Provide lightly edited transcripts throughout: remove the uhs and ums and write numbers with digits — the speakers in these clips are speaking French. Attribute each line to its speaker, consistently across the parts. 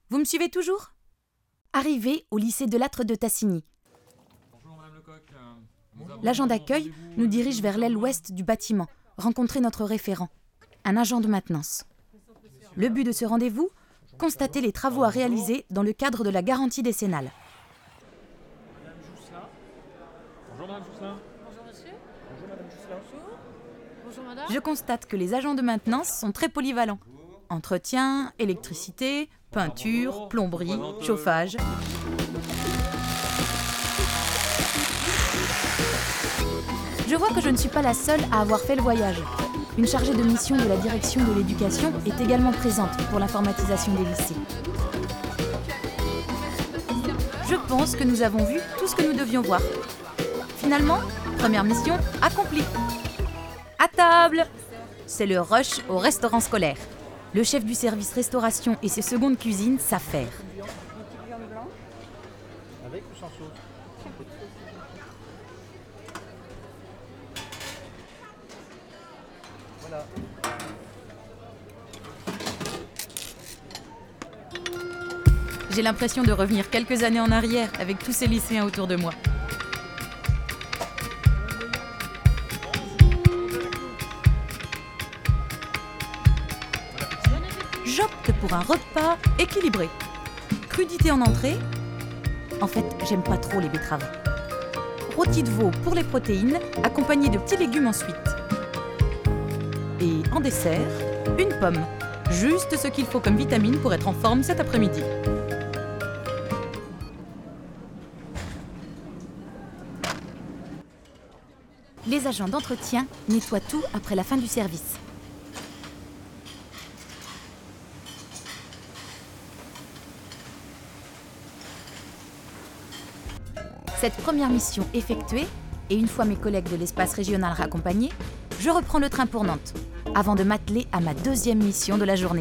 Speaker 1: Vous me suivez toujours ? Arrivé au lycée de Lattre de Tassigny.
Speaker 2: Bonjour Madame Lecoq.
Speaker 1: L'agent d'accueil nous dirige vers l'aile ouest du bâtiment, rencontrer notre référent, un agent de maintenance. Le but de ce rendez-vous ? Constater les travaux à réaliser dans le cadre de la garantie décennale.
Speaker 2: Madame Jousselin. Bonjour Madame Jousselin.
Speaker 3: Bonjour monsieur.
Speaker 2: Bonjour Madame Jousselin.
Speaker 3: Bonjour. Bonjour madame.
Speaker 1: Je constate que les agents de maintenance sont très polyvalents. Entretien, électricité, peinture, plomberie, chauffage. Je vois que je ne suis pas la seule à avoir fait le voyage. Une chargée de mission de la direction de l'éducation est également présente pour l'informatisation des lycées. Je pense que nous avons vu tout ce que nous devions voir. Finalement, première mission accomplie. À table! C'est le rush au restaurant scolaire. Le chef du service restauration et ses secondes cuisines s'affairent.
Speaker 2: Avec ou sans sauce? Voilà.
Speaker 1: J'ai l'impression de revenir quelques années en arrière avec tous ces lycéens autour de moi. J'opte pour un repas équilibré. Crudité en entrée. En fait, j'aime pas trop les betteraves. Rôti de veau pour les protéines, accompagné de petits légumes ensuite. Et en dessert, une pomme. Juste ce qu'il faut comme vitamine pour être en forme cet après-midi. Les agents d'entretien nettoient tout après la fin du service. Cette première mission effectuée, et une fois mes collègues de l'espace régional raccompagnés, je reprends le train pour Nantes, avant de m'atteler à ma deuxième mission de la journée.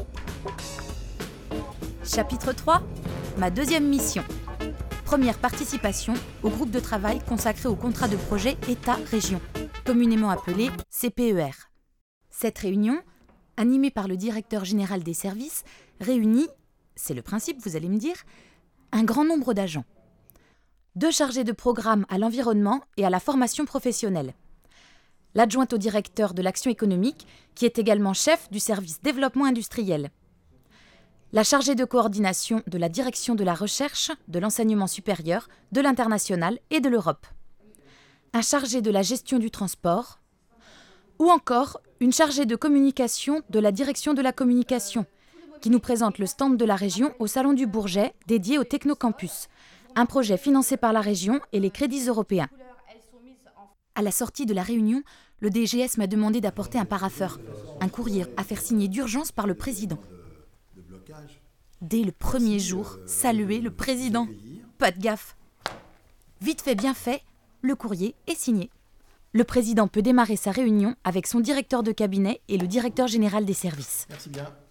Speaker 1: Chapitre 3, ma deuxième mission. Première participation au groupe de travail consacré au contrat de projet État-Région, communément appelé CPER. Cette réunion, animée par le directeur général des services, réunit, c'est le principe vous allez me dire, un grand nombre d'agents. 2 chargés de programme à l'environnement et à la formation professionnelle. L'adjointe au directeur de l'action économique, qui est également chef du service développement industriel. La chargée de coordination de la direction de la recherche, de l'enseignement supérieur, de l'international et de l'Europe. Un chargé de la gestion du transport. Ou encore une chargée de communication de la direction de la communication, qui nous présente le stand de la région au Salon du Bourget dédié au Technocampus, un projet financé par la région et les crédits européens. À la sortie de la réunion, le DGS m'a demandé d'apporter un parapheur, un courrier à faire signer d'urgence par le président. Dès le premier jour, saluer le président. Pas de gaffe. Vite fait, bien fait, le courrier est signé. Le président peut démarrer sa réunion avec son directeur de cabinet et le directeur général des services.
Speaker 4: Merci bien.